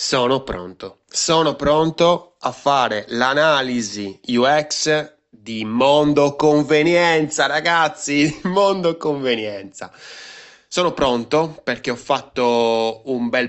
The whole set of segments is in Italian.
Sono pronto a fare l'analisi UX di Mondo Convenienza, ragazzi, Mondo Convenienza. Sono pronto perché ho fatto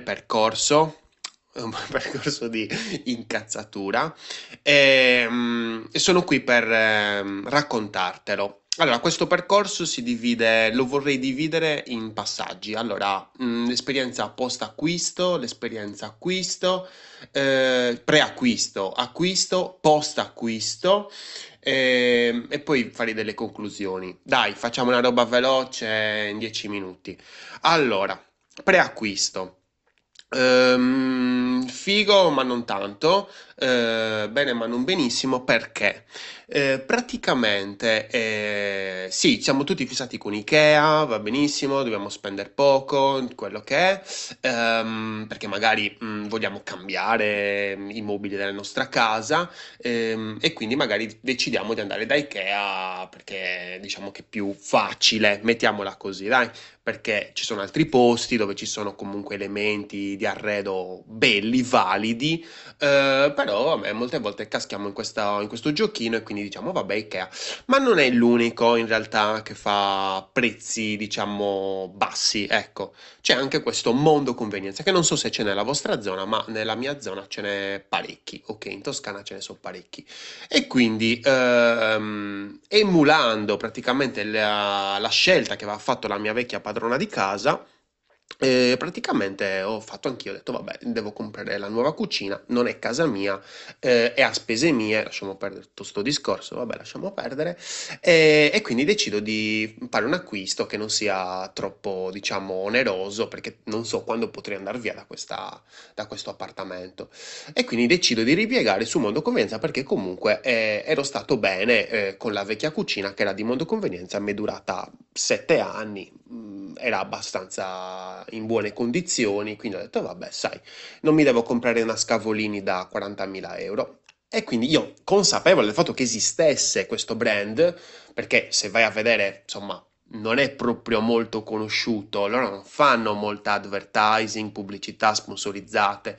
un bel percorso di incazzatura e sono qui per raccontartelo. Allora, questo percorso lo vorrei dividere in passaggi. Allora, l'esperienza post-acquisto, l'esperienza acquisto, pre-acquisto, acquisto, post-acquisto e poi fare delle conclusioni. Dai, facciamo una roba veloce in 10 minuti. Allora, pre-acquisto. Figo, ma non tanto, bene, ma non benissimo perché praticamente sì, siamo tutti fissati con Ikea, va benissimo, dobbiamo spendere poco, quello che è, perché magari vogliamo cambiare i mobili della nostra casa e quindi magari decidiamo di andare da Ikea perché diciamo che è più facile, mettiamola così, dai, perché ci sono altri posti dove ci sono comunque elementi di arredo belli, validi, però vabbè, molte volte caschiamo in questo giochino e quindi diciamo vabbè Ikea, ma non è l'unico in realtà che fa prezzi diciamo bassi, ecco, c'è anche questo mondo convenienza che non so se c'è nella vostra zona, ma nella mia zona ce n'è parecchi, ok, in Toscana ce ne sono parecchi. E quindi, emulando praticamente la scelta che aveva fatto la mia vecchia padrona di casa, praticamente ho fatto anch'io, ho detto vabbè, devo comprare la nuova cucina, non è casa mia, è a spese mie, lasciamo perdere tutto sto discorso, vabbè, lasciamo perdere, e quindi decido di fare un acquisto che non sia troppo, diciamo, oneroso, perché non so quando potrei andare via da questo appartamento. E quindi decido di ripiegare su Mondo Convenienza perché comunque ero stato bene con la vecchia cucina che era di Mondo Convenienza, mi è durata 7 anni, era abbastanza in buone condizioni, quindi ho detto vabbè, sai, non mi devo comprare una Scavolini da 40.000 euro. E quindi io, consapevole del fatto che esistesse questo brand, perché se vai a vedere, insomma, non è proprio molto conosciuto, loro non fanno molta advertising, pubblicità sponsorizzate.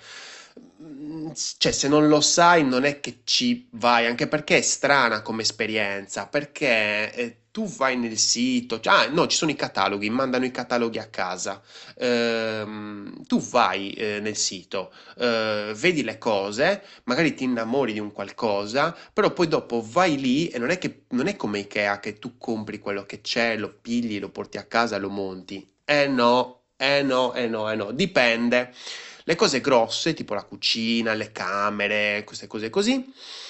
Cioè, se non lo sai, non è che ci vai, anche perché è strana come esperienza, perché tu vai nel sito, cioè, ah, no, ci sono i cataloghi, mandano i cataloghi a casa. Tu vai nel sito, vedi le cose, magari ti innamori di un qualcosa, però poi dopo vai lì e non è come Ikea che tu compri quello che c'è, lo pigli, lo porti a casa, lo monti. Eh no, eh no, eh no, eh no, dipende. Le cose grosse, tipo la cucina, le camere, queste cose così,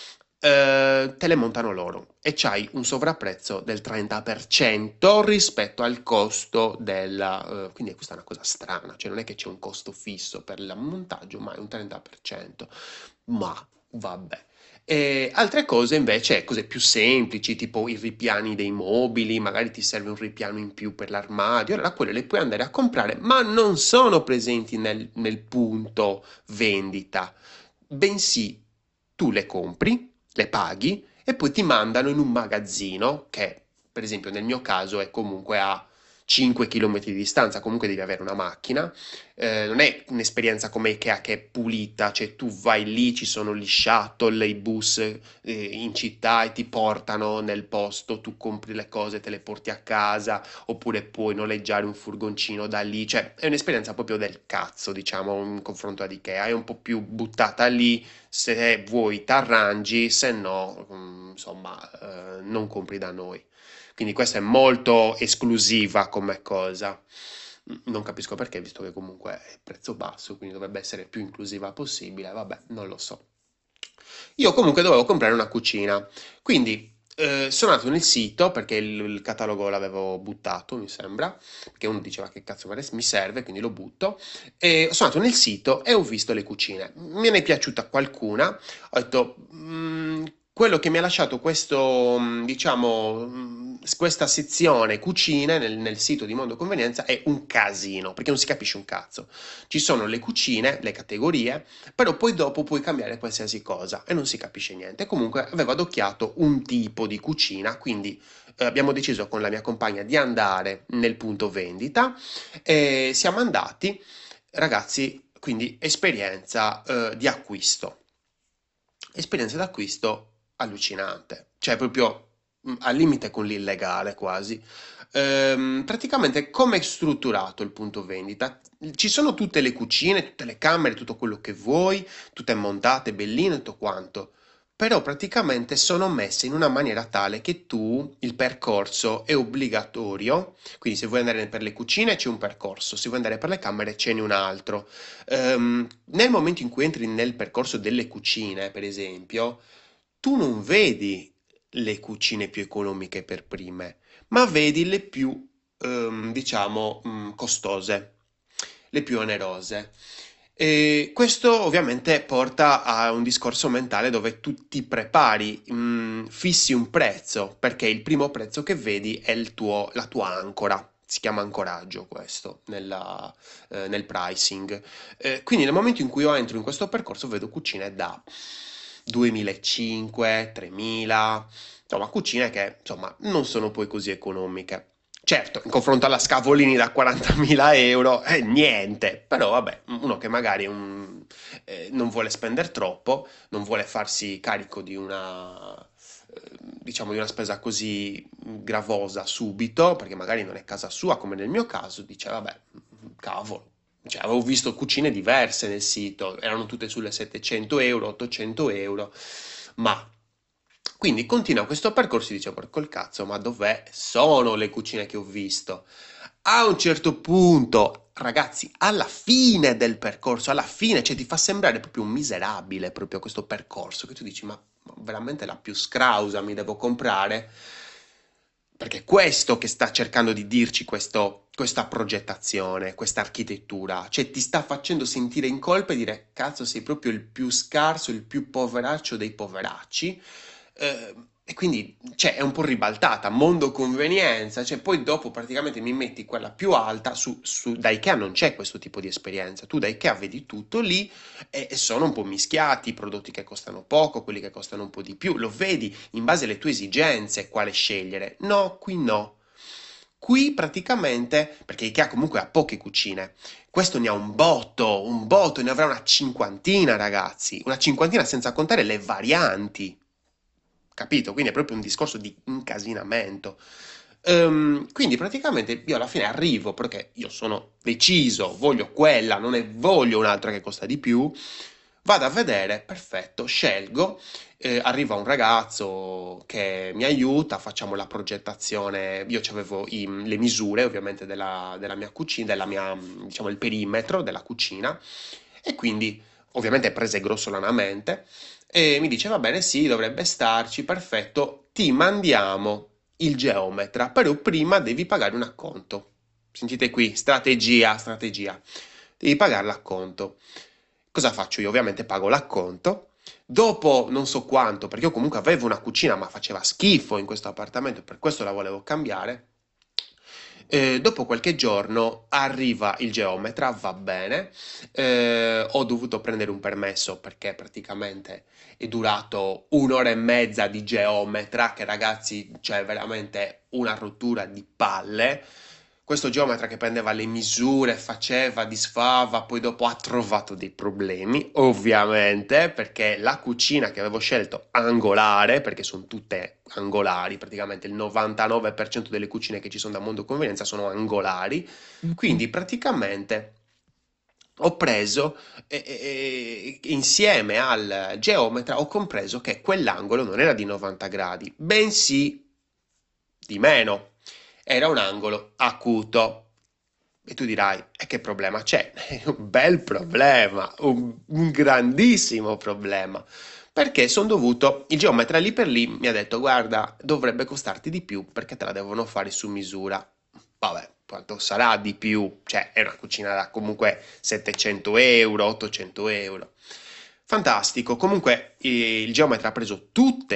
te le montano loro e c'hai un sovrapprezzo del 30% rispetto al costo quindi questa è una cosa strana, cioè non è che c'è un costo fisso per il montaggio, ma è un 30%. Ma vabbè. E altre cose invece, cose più semplici, tipo i ripiani dei mobili, magari ti serve un ripiano in più per l'armadio, allora quelle le puoi andare a comprare, ma non sono presenti nel punto vendita, bensì tu le compri, le paghi e poi ti mandano in un magazzino che, per esempio, nel mio caso è comunque a 5 km di distanza, comunque devi avere una macchina, non è un'esperienza come Ikea che è pulita, cioè tu vai lì, ci sono gli shuttle, i bus in città e ti portano nel posto, tu compri le cose, te le porti a casa, oppure puoi noleggiare un furgoncino da lì, cioè è un'esperienza proprio del cazzo, diciamo, in confronto ad Ikea, è un po' più buttata lì, se vuoi t'arrangi, se no, insomma, non compri da noi. Quindi questa è molto esclusiva come cosa. Non capisco perché, visto che comunque è prezzo basso, quindi dovrebbe essere più inclusiva possibile. Vabbè, non lo so. Io comunque dovevo comprare una cucina, quindi sono andato nel sito perché il catalogo l'avevo buttato, mi sembra, perché uno diceva che cazzo mi serve, quindi lo butto. E sono andato nel sito e ho visto le cucine. Me ne è piaciuta qualcuna, ho detto, quello che mi ha lasciato questo, diciamo, questa sezione cucine nel sito di Mondo Convenienza è un casino, perché non si capisce un cazzo. Ci sono le cucine, le categorie, però poi dopo puoi cambiare qualsiasi cosa e non si capisce niente. Comunque avevo adocchiato un tipo di cucina, quindi abbiamo deciso con la mia compagna di andare nel punto vendita e siamo andati. Ragazzi, quindi esperienza di acquisto. Esperienza d'acquisto allucinante, cioè proprio al limite con l'illegale quasi. Praticamente come è strutturato il punto vendita? Ci sono tutte le cucine, tutte le camere, tutto quello che vuoi, tutte montate, belline, tutto quanto. Però praticamente sono messe in una maniera tale che tu, il percorso è obbligatorio, quindi se vuoi andare per le cucine c'è un percorso, se vuoi andare per le camere ce n'è un altro. Nel momento in cui entri nel percorso delle cucine, per esempio, tu non vedi le cucine più economiche per prime, ma vedi le più, diciamo, costose, le più onerose. E questo ovviamente porta a un discorso mentale dove tu ti prepari, fissi un prezzo, perché il primo prezzo che vedi è la tua ancora. Si chiama ancoraggio questo nel pricing. Quindi nel momento in cui io entro in questo percorso vedo cucine da 2.500, 3.000, insomma cucine che insomma non sono poi così economiche. Certo, in confronto alla Scavolini da 40.000 euro è niente, però vabbè, uno che magari non vuole spendere troppo, non vuole farsi carico di diciamo, di una spesa così gravosa subito, perché magari non è casa sua, come nel mio caso, dice vabbè, cavolo. Cioè, avevo visto cucine diverse nel sito, erano tutte sulle 700 euro, 800 euro, ma quindi continua questo percorso e dice, porco il cazzo, ma dov'è? Sono le cucine che ho visto. A un certo punto, ragazzi, alla fine del percorso, alla fine, cioè ti fa sembrare proprio un miserabile proprio questo percorso, che tu dici, ma veramente la più scrausa mi devo comprare? Perché è questo che sta cercando di dirci questa progettazione, questa architettura, cioè ti sta facendo sentire in colpa e dire cazzo sei proprio il più scarso, il più poveraccio dei poveracci. E quindi cioè, è un po' ribaltata, mondo convenienza, cioè poi dopo praticamente mi metti quella più alta, da Ikea non c'è questo tipo di esperienza, tu da Ikea vedi tutto lì e sono un po' mischiati, i prodotti che costano poco, quelli che costano un po' di più, lo vedi in base alle tue esigenze quale scegliere. No, qui no. Qui praticamente, perché Ikea comunque ha poche cucine, questo ne ha un botto, ne avrà una cinquantina, ragazzi, una cinquantina senza contare le varianti, capito? Quindi è proprio un discorso di incasinamento. Quindi praticamente io alla fine arrivo perché io sono deciso, voglio quella, non è voglio un'altra che costa di più. Vado a vedere, perfetto, scelgo, arriva un ragazzo che mi aiuta, facciamo la progettazione, io avevo le misure ovviamente della mia cucina, diciamo il perimetro della cucina e quindi ovviamente prese grossolanamente e mi dice va bene sì, dovrebbe starci, perfetto, ti mandiamo il geometra, però prima devi pagare un acconto. Sentite qui, strategia, strategia. Devi pagare l'acconto. Cosa faccio io? Ovviamente pago l'acconto. Dopo non so quanto, perché io comunque avevo una cucina, ma faceva schifo in questo appartamento, per questo la volevo cambiare. Dopo qualche giorno arriva il geometra, va bene. Ho dovuto prendere un permesso perché praticamente è durato un'ora e mezza di geometra, che ragazzi, cioè veramente una rottura di palle. Questo geometra che prendeva le misure, faceva, disfava, poi dopo ha trovato dei problemi, ovviamente, perché la cucina che avevo scelto angolare, perché sono tutte angolari, praticamente il 99% delle cucine che ci sono da Mondo Convenienza sono angolari, quindi praticamente ho preso insieme al geometra ho compreso che quell'angolo non era di 90 gradi, bensì di meno. Era un angolo acuto. E tu dirai, e che problema c'è? Un bel problema, un grandissimo problema. Perché sono dovuto, il geometra lì per lì mi ha detto, guarda, dovrebbe costarti di più perché te la devono fare su misura. Vabbè, quanto sarà di più? Cioè, è una cucina da comunque 700 euro, 800 euro. Fantastico. Comunque, il geometra ha preso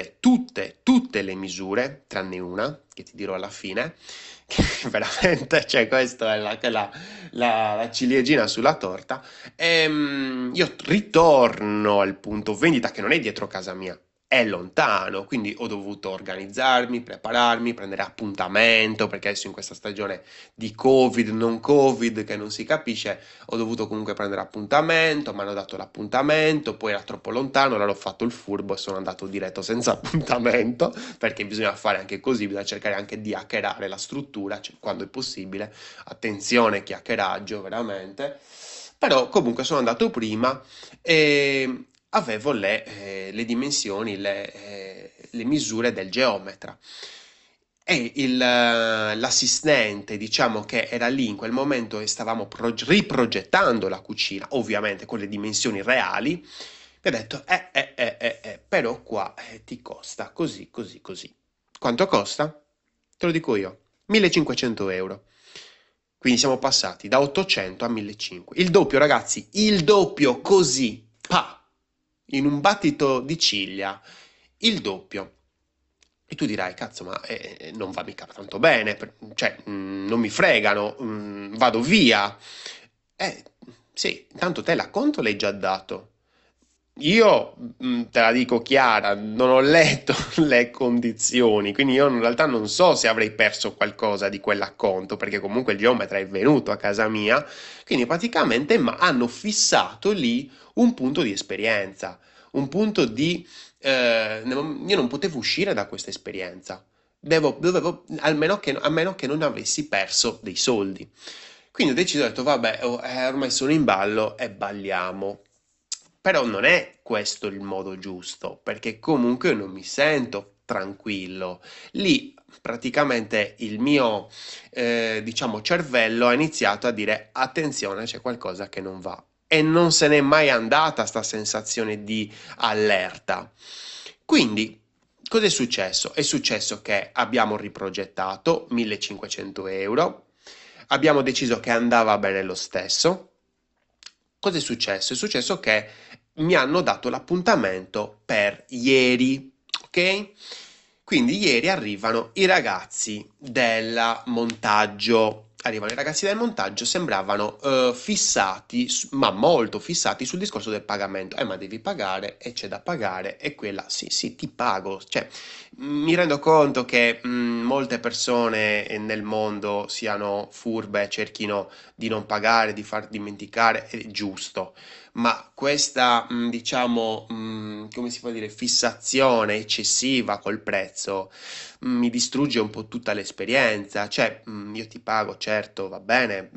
tutte le misure, tranne una, che ti dirò alla fine, che veramente, cioè, questa è la ciliegina sulla torta. Io ritorno al punto vendita che non è dietro casa mia, è lontano, quindi ho dovuto organizzarmi, prepararmi, prendere appuntamento, perché adesso in questa stagione di Covid, non Covid, che non si capisce, ho dovuto comunque prendere appuntamento, mi hanno dato l'appuntamento, poi era troppo lontano, allora ho fatto il furbo e sono andato diretto senza appuntamento, perché bisogna fare anche così, bisogna cercare anche di hackerare la struttura, cioè, quando è possibile. Attenzione, che hackeraggio, veramente. Però comunque sono andato prima e avevo le dimensioni, le misure del geometra. E l'assistente, diciamo che era lì in quel momento e stavamo riprogettando la cucina, ovviamente con le dimensioni reali, mi ha detto, però qua ti costa così, così, così. Quanto costa? Te lo dico io, 1500 euro. Quindi siamo passati da 800 a 1500. Il doppio, ragazzi, il doppio, così, pa, in un battito di ciglia, il doppio. E tu dirai, cazzo, ma non va mica tanto bene, cioè, non mi fregano, vado via. Eh, sì, intanto te l'acconto l'hai già dato. Io te la dico chiara, non ho letto le condizioni, quindi io in realtà non so se avrei perso qualcosa di quell'acconto, perché comunque il geometra è venuto a casa mia, quindi praticamente hanno fissato lì un punto di esperienza, un punto di... io non potevo uscire da questa esperienza, a meno che non avessi perso dei soldi. Quindi ho deciso, ho detto, vabbè, ormai sono in ballo e balliamo. Però non è questo il modo giusto, perché comunque io non mi sento tranquillo. Lì praticamente il mio, diciamo, cervello ha iniziato a dire attenzione, c'è qualcosa che non va. E non se n'è mai andata sta sensazione di allerta. Quindi, cosa è successo? È successo che abbiamo riprogettato 1500 euro, abbiamo deciso che andava bene lo stesso. Cosa è successo? È successo che mi hanno dato l'appuntamento per ieri, ok? Quindi ieri arrivano i ragazzi del montaggio. Arrivano i ragazzi del montaggio, sembravano fissati, ma molto fissati sul discorso del pagamento. Ma devi pagare e c'è da pagare e quella, sì, sì, ti pago. Cioè, mi rendo conto che molte persone nel mondo siano furbe, cerchino di non pagare, di far dimenticare, è giusto, ma questa, diciamo, come si può dire, fissazione eccessiva col prezzo, mi distrugge un po' tutta l'esperienza. Cioè, io ti pago, certo, va bene,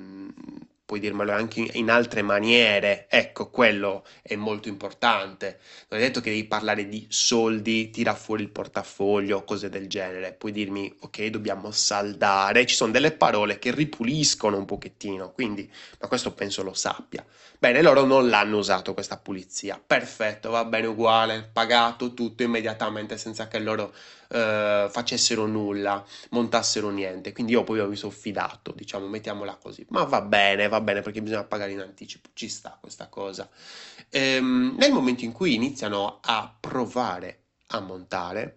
puoi dirmelo anche in altre maniere, ecco, quello è molto importante. Non è detto che devi parlare di soldi, tira fuori il portafoglio, cose del genere. Puoi dirmi, ok, dobbiamo saldare. Ci sono delle parole che ripuliscono un pochettino, quindi, ma questo penso lo sappia. Bene, loro non l'hanno usato questa pulizia. Perfetto, va bene uguale, pagato tutto immediatamente senza che loro facessero nulla, montassero niente. Quindi io poi mi sono fidato, diciamo, mettiamola così. Ma va bene perché bisogna pagare in anticipo, ci sta questa cosa. Nel momento in cui iniziano a provare a montare,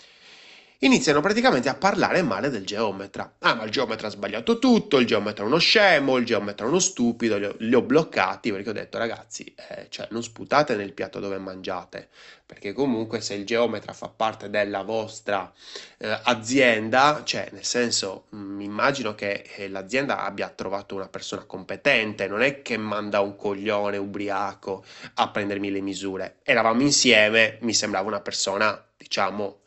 iniziano praticamente a parlare male del geometra. Ah, ma il geometra ha sbagliato tutto, il geometra è uno scemo, il geometra è uno stupido, li ho bloccati perché ho detto ragazzi, cioè, non sputate nel piatto dove mangiate, perché comunque se il geometra fa parte della vostra azienda, cioè nel senso, immagino che l'azienda abbia trovato una persona competente, non è che manda un coglione ubriaco a prendermi le misure. Eravamo insieme, mi sembrava una persona, diciamo,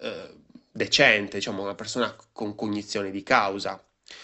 decente, diciamo, una persona con cognizione di causa.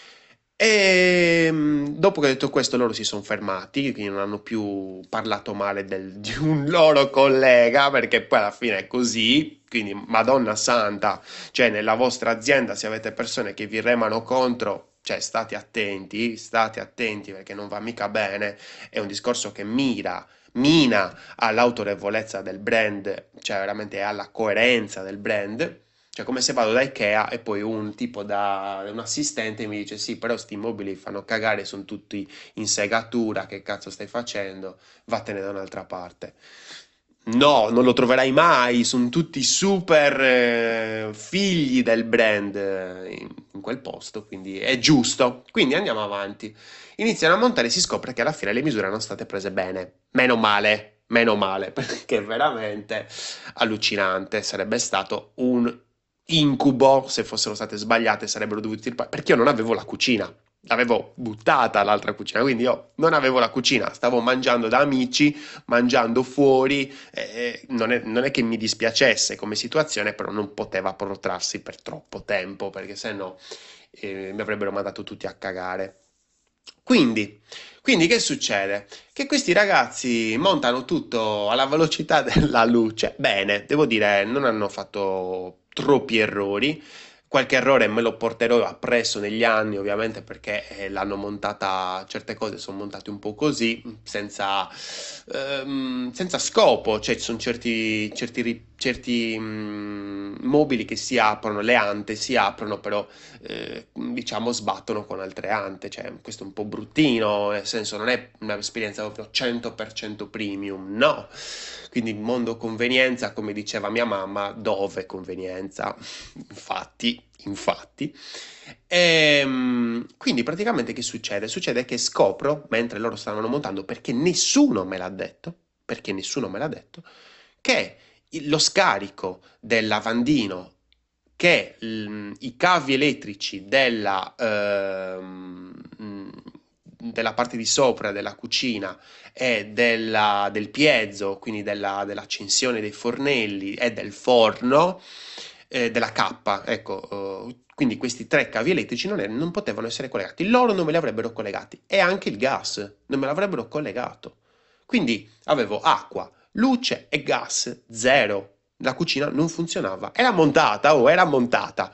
E dopo che ho detto questo, loro si sono fermati, quindi non hanno più parlato male di un loro collega, perché poi alla fine è così. Quindi, Madonna Santa, cioè nella vostra azienda, se avete persone che vi remano contro, cioè state attenti perché non va mica bene. È un discorso che mina all'autorevolezza del brand, cioè veramente alla coerenza del brand. Cioè, come se vado da Ikea e poi un assistente mi dice: Sì, però sti mobili fanno cagare, sono tutti in segatura. Che cazzo stai facendo? Vattene da un'altra parte. No, non lo troverai mai. Sono tutti super figli del brand in quel posto. Quindi è giusto. Quindi andiamo avanti. Iniziano a montare e si scopre che alla fine le misure erano state prese bene. Meno male. meno male, perché veramente allucinante, sarebbe stato un incubo se fossero state sbagliate, sarebbero dovuti perché io non avevo la cucina. L'avevo buttata l'altra cucina, quindi io non avevo la cucina, stavo mangiando da amici, mangiando fuori, non è che mi dispiacesse come situazione, però non poteva protrarsi per troppo tempo, perché sennò mi avrebbero mandato tutti a cagare. Quindi, quindi che succede? Che questi ragazzi montano tutto alla velocità della luce. Bene, devo dire, non hanno fatto troppi errori. Qualche errore me lo porterò appresso negli anni, ovviamente, perché l'hanno montata, certe cose sono montate un po' così, senza scopo, cioè ci sono certi mobili che si aprono, le ante si aprono, però diciamo sbattono con altre ante, cioè questo è un po' bruttino, nel senso non è un'esperienza proprio 100% premium, no. Quindi mondo convenienza, come diceva mia mamma, dove convenienza? Infatti. Quindi praticamente che succede? Succede che scopro, mentre loro stavano montando, perché nessuno me l'ha detto, che lo scarico del lavandino, che i cavi elettrici della parte di sopra della cucina e del piezo, quindi dell'accensione dei fornelli e del forno, della cappa, ecco, quindi questi tre cavi elettrici non potevano essere collegati, loro non me li avrebbero collegati e anche il gas non me l'avrebbero collegato. Quindi avevo acqua, luce e gas zero. La cucina non funzionava. Era montata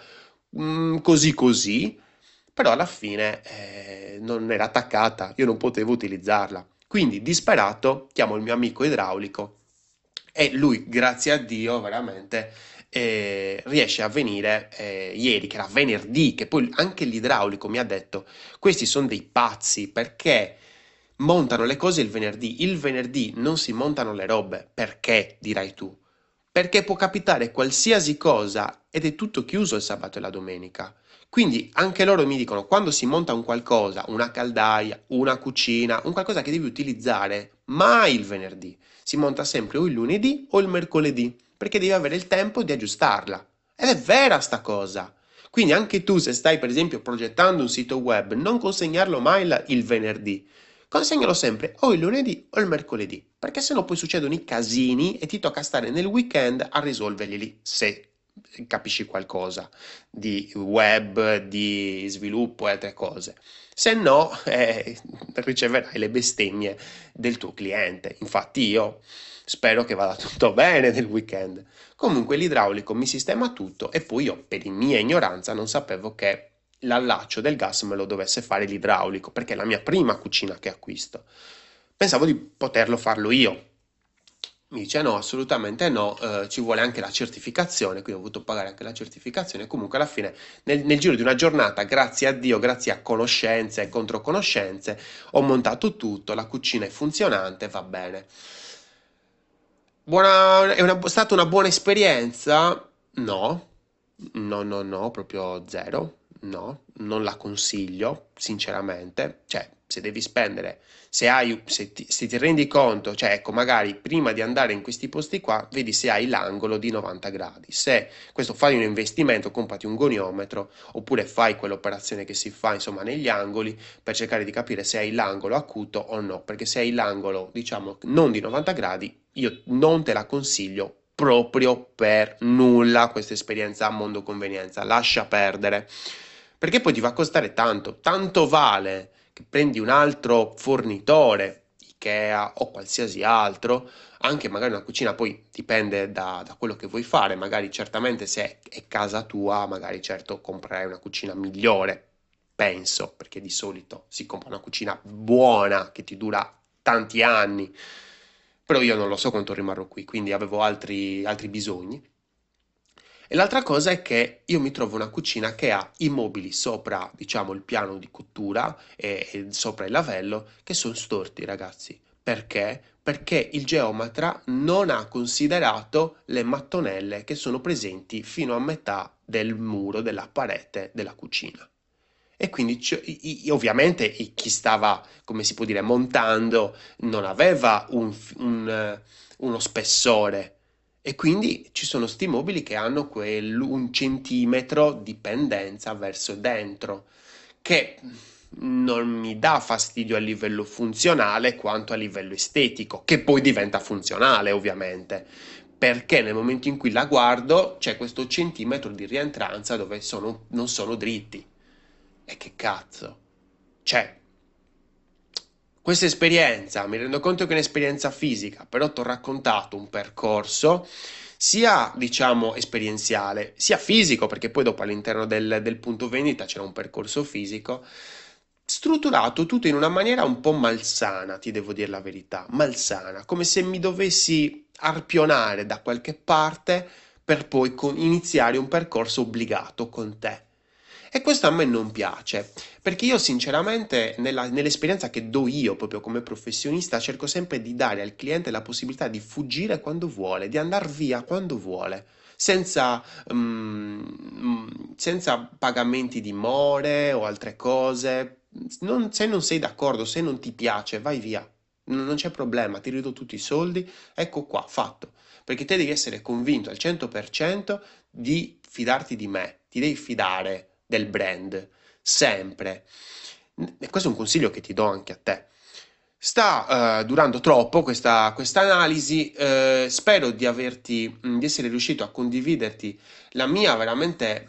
così così, però alla fine non era attaccata, io non potevo utilizzarla. Quindi, disperato, chiamo il mio amico idraulico e lui, grazie a Dio, veramente riesce a venire ieri, che era venerdì, che poi anche l'idraulico mi ha detto, questi sono dei pazzi perché montano le cose il venerdì. Il venerdì non si montano le robe. Perché, dirai tu? Perché può capitare qualsiasi cosa ed è tutto chiuso il sabato e la domenica. Quindi anche loro mi dicono, quando si monta un qualcosa, una caldaia, una cucina, un qualcosa che devi utilizzare, mai il venerdì. Si monta sempre o il lunedì o il mercoledì, perché devi avere il tempo di aggiustarla. Ed è vera sta cosa. Quindi anche tu, se stai per esempio progettando un sito web, non consegnarlo mai il venerdì. Consegnalo sempre o il lunedì o il mercoledì, perché sennò poi succedono i casini e ti tocca stare nel weekend a risolverli se capisci qualcosa di web, di sviluppo e altre cose. Se no, riceverai le bestemmie del tuo cliente. Infatti io spero che vada tutto bene nel weekend. Comunque l'idraulico mi sistema tutto e poi io, per mia ignoranza, non sapevo che l'allaccio del gas me lo dovesse fare l'idraulico, perché è la mia prima cucina che acquisto. Pensavo di poterlo farlo io. Mi dice no, assolutamente no, ci vuole anche la certificazione, quindi ho dovuto pagare anche la certificazione. Comunque alla fine, nel giro di una giornata, grazie a Dio, grazie a conoscenze e controconoscenze, ho montato tutto, la cucina è funzionante, va bene. Stata una buona esperienza? No, no, no, no, proprio zero. No, non la consiglio, sinceramente. Cioè, se devi spendere, se ti rendi conto, cioè, ecco, magari prima di andare in questi posti qua, vedi se hai l'angolo di 90 gradi. Se questo fai un investimento, comprati un goniometro, oppure fai quell'operazione che si fa, insomma, negli angoli per cercare di capire se hai l'angolo acuto o no, perché se hai l'angolo, diciamo, non di 90 gradi, io non te la consiglio proprio per nulla questa esperienza a mondo convenienza, lascia perdere, perché poi ti va a costare tanto, tanto vale che prendi un altro fornitore, Ikea o qualsiasi altro, anche magari una cucina, poi dipende da quello che vuoi fare, magari certamente se è casa tua, magari certo comprerai una cucina migliore, penso, perché di solito si compra una cucina buona che ti dura tanti anni, però io non lo so quanto rimarrò qui, quindi avevo altri bisogni. E l'altra cosa è che io mi trovo una cucina che ha i mobili sopra, diciamo, il piano di cottura e sopra il lavello, che sono storti, ragazzi. Perché? Perché il geometra non ha considerato le mattonelle che sono presenti fino a metà del muro, della parete della cucina. E quindi ovviamente chi stava, come si può dire, montando non aveva uno spessore. E quindi ci sono sti mobili che hanno un centimetro di pendenza verso dentro, che non mi dà fastidio a livello funzionale quanto a livello estetico, che poi diventa funzionale ovviamente, perché nel momento in cui la guardo c'è questo centimetro di rientranza dove non sono dritti. E che cazzo? Cioè, questa esperienza, mi rendo conto che è un'esperienza fisica, però ti ho raccontato un percorso sia, diciamo, esperienziale, sia fisico, perché poi dopo all'interno del punto vendita c'era un percorso fisico, strutturato tutto in una maniera un po' malsana, ti devo dire la verità, malsana, come se mi dovessi arpionare da qualche parte per poi iniziare un percorso obbligato con te. E questo a me non piace, perché io sinceramente nell'esperienza che do io proprio come professionista cerco sempre di dare al cliente la possibilità di fuggire quando vuole, di andare via quando vuole, senza, senza pagamenti di more o altre cose. Se non sei d'accordo, se non ti piace, vai via. Non c'è problema, ti ridò tutti i soldi, ecco qua, fatto. Perché te devi essere convinto al 100% di fidarti di me, ti devi fidare del brand, sempre. E questo è un consiglio che ti do anche a te. Sta durando troppo questa analisi, spero di di essere riuscito a condividerti la mia veramente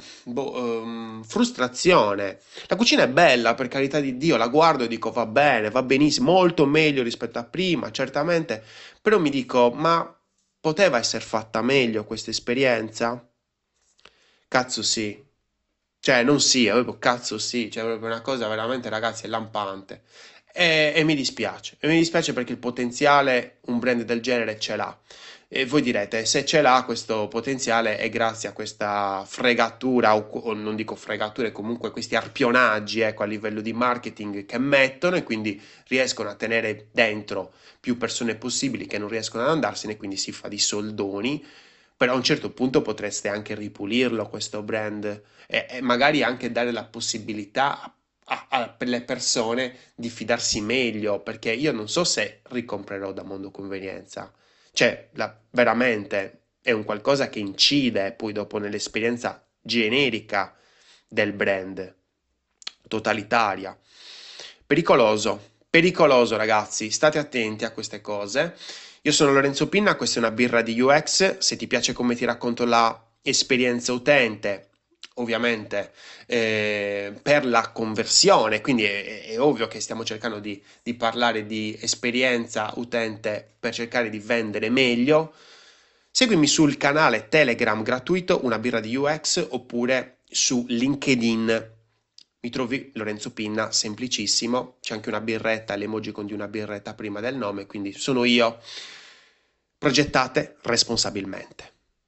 frustrazione. La cucina è bella, per carità di Dio, la guardo e dico va bene, va benissimo, molto meglio rispetto a prima, certamente, però mi dico, ma poteva essere fatta meglio questa esperienza? Cazzo sì. Cioè, non sì, è proprio cazzo sì, cioè, è proprio una cosa veramente, ragazzi, è lampante. E mi dispiace, e mi dispiace perché il potenziale un brand del genere ce l'ha. E voi direte, se ce l'ha questo potenziale è grazie a questa fregatura, o non dico fregature, comunque questi arpionaggi, ecco, a livello di marketing che mettono e quindi riescono a tenere dentro più persone possibili che non riescono ad andarsene, quindi si fa di soldoni. Però a un certo punto potreste anche ripulirlo questo brand e magari anche dare la possibilità per le persone di fidarsi meglio, perché io non so se ricomprerò da Mondo Convenienza. Cioè, veramente è un qualcosa che incide poi dopo nell'esperienza generica del brand, totalitaria. Pericoloso, pericoloso ragazzi, state attenti a queste cose. Io sono Lorenzo Pinna, questa è una birra di UX, se ti piace come ti racconto la esperienza utente, ovviamente per la conversione, quindi è ovvio che stiamo cercando di parlare di esperienza utente per cercare di vendere meglio. Seguimi sul canale Telegram gratuito Una birra di UX oppure su LinkedIn. Mi trovi Lorenzo Pinna, semplicissimo, c'è anche una birretta, l'emoticon di una birretta prima del nome, quindi sono io. Progettate responsabilmente.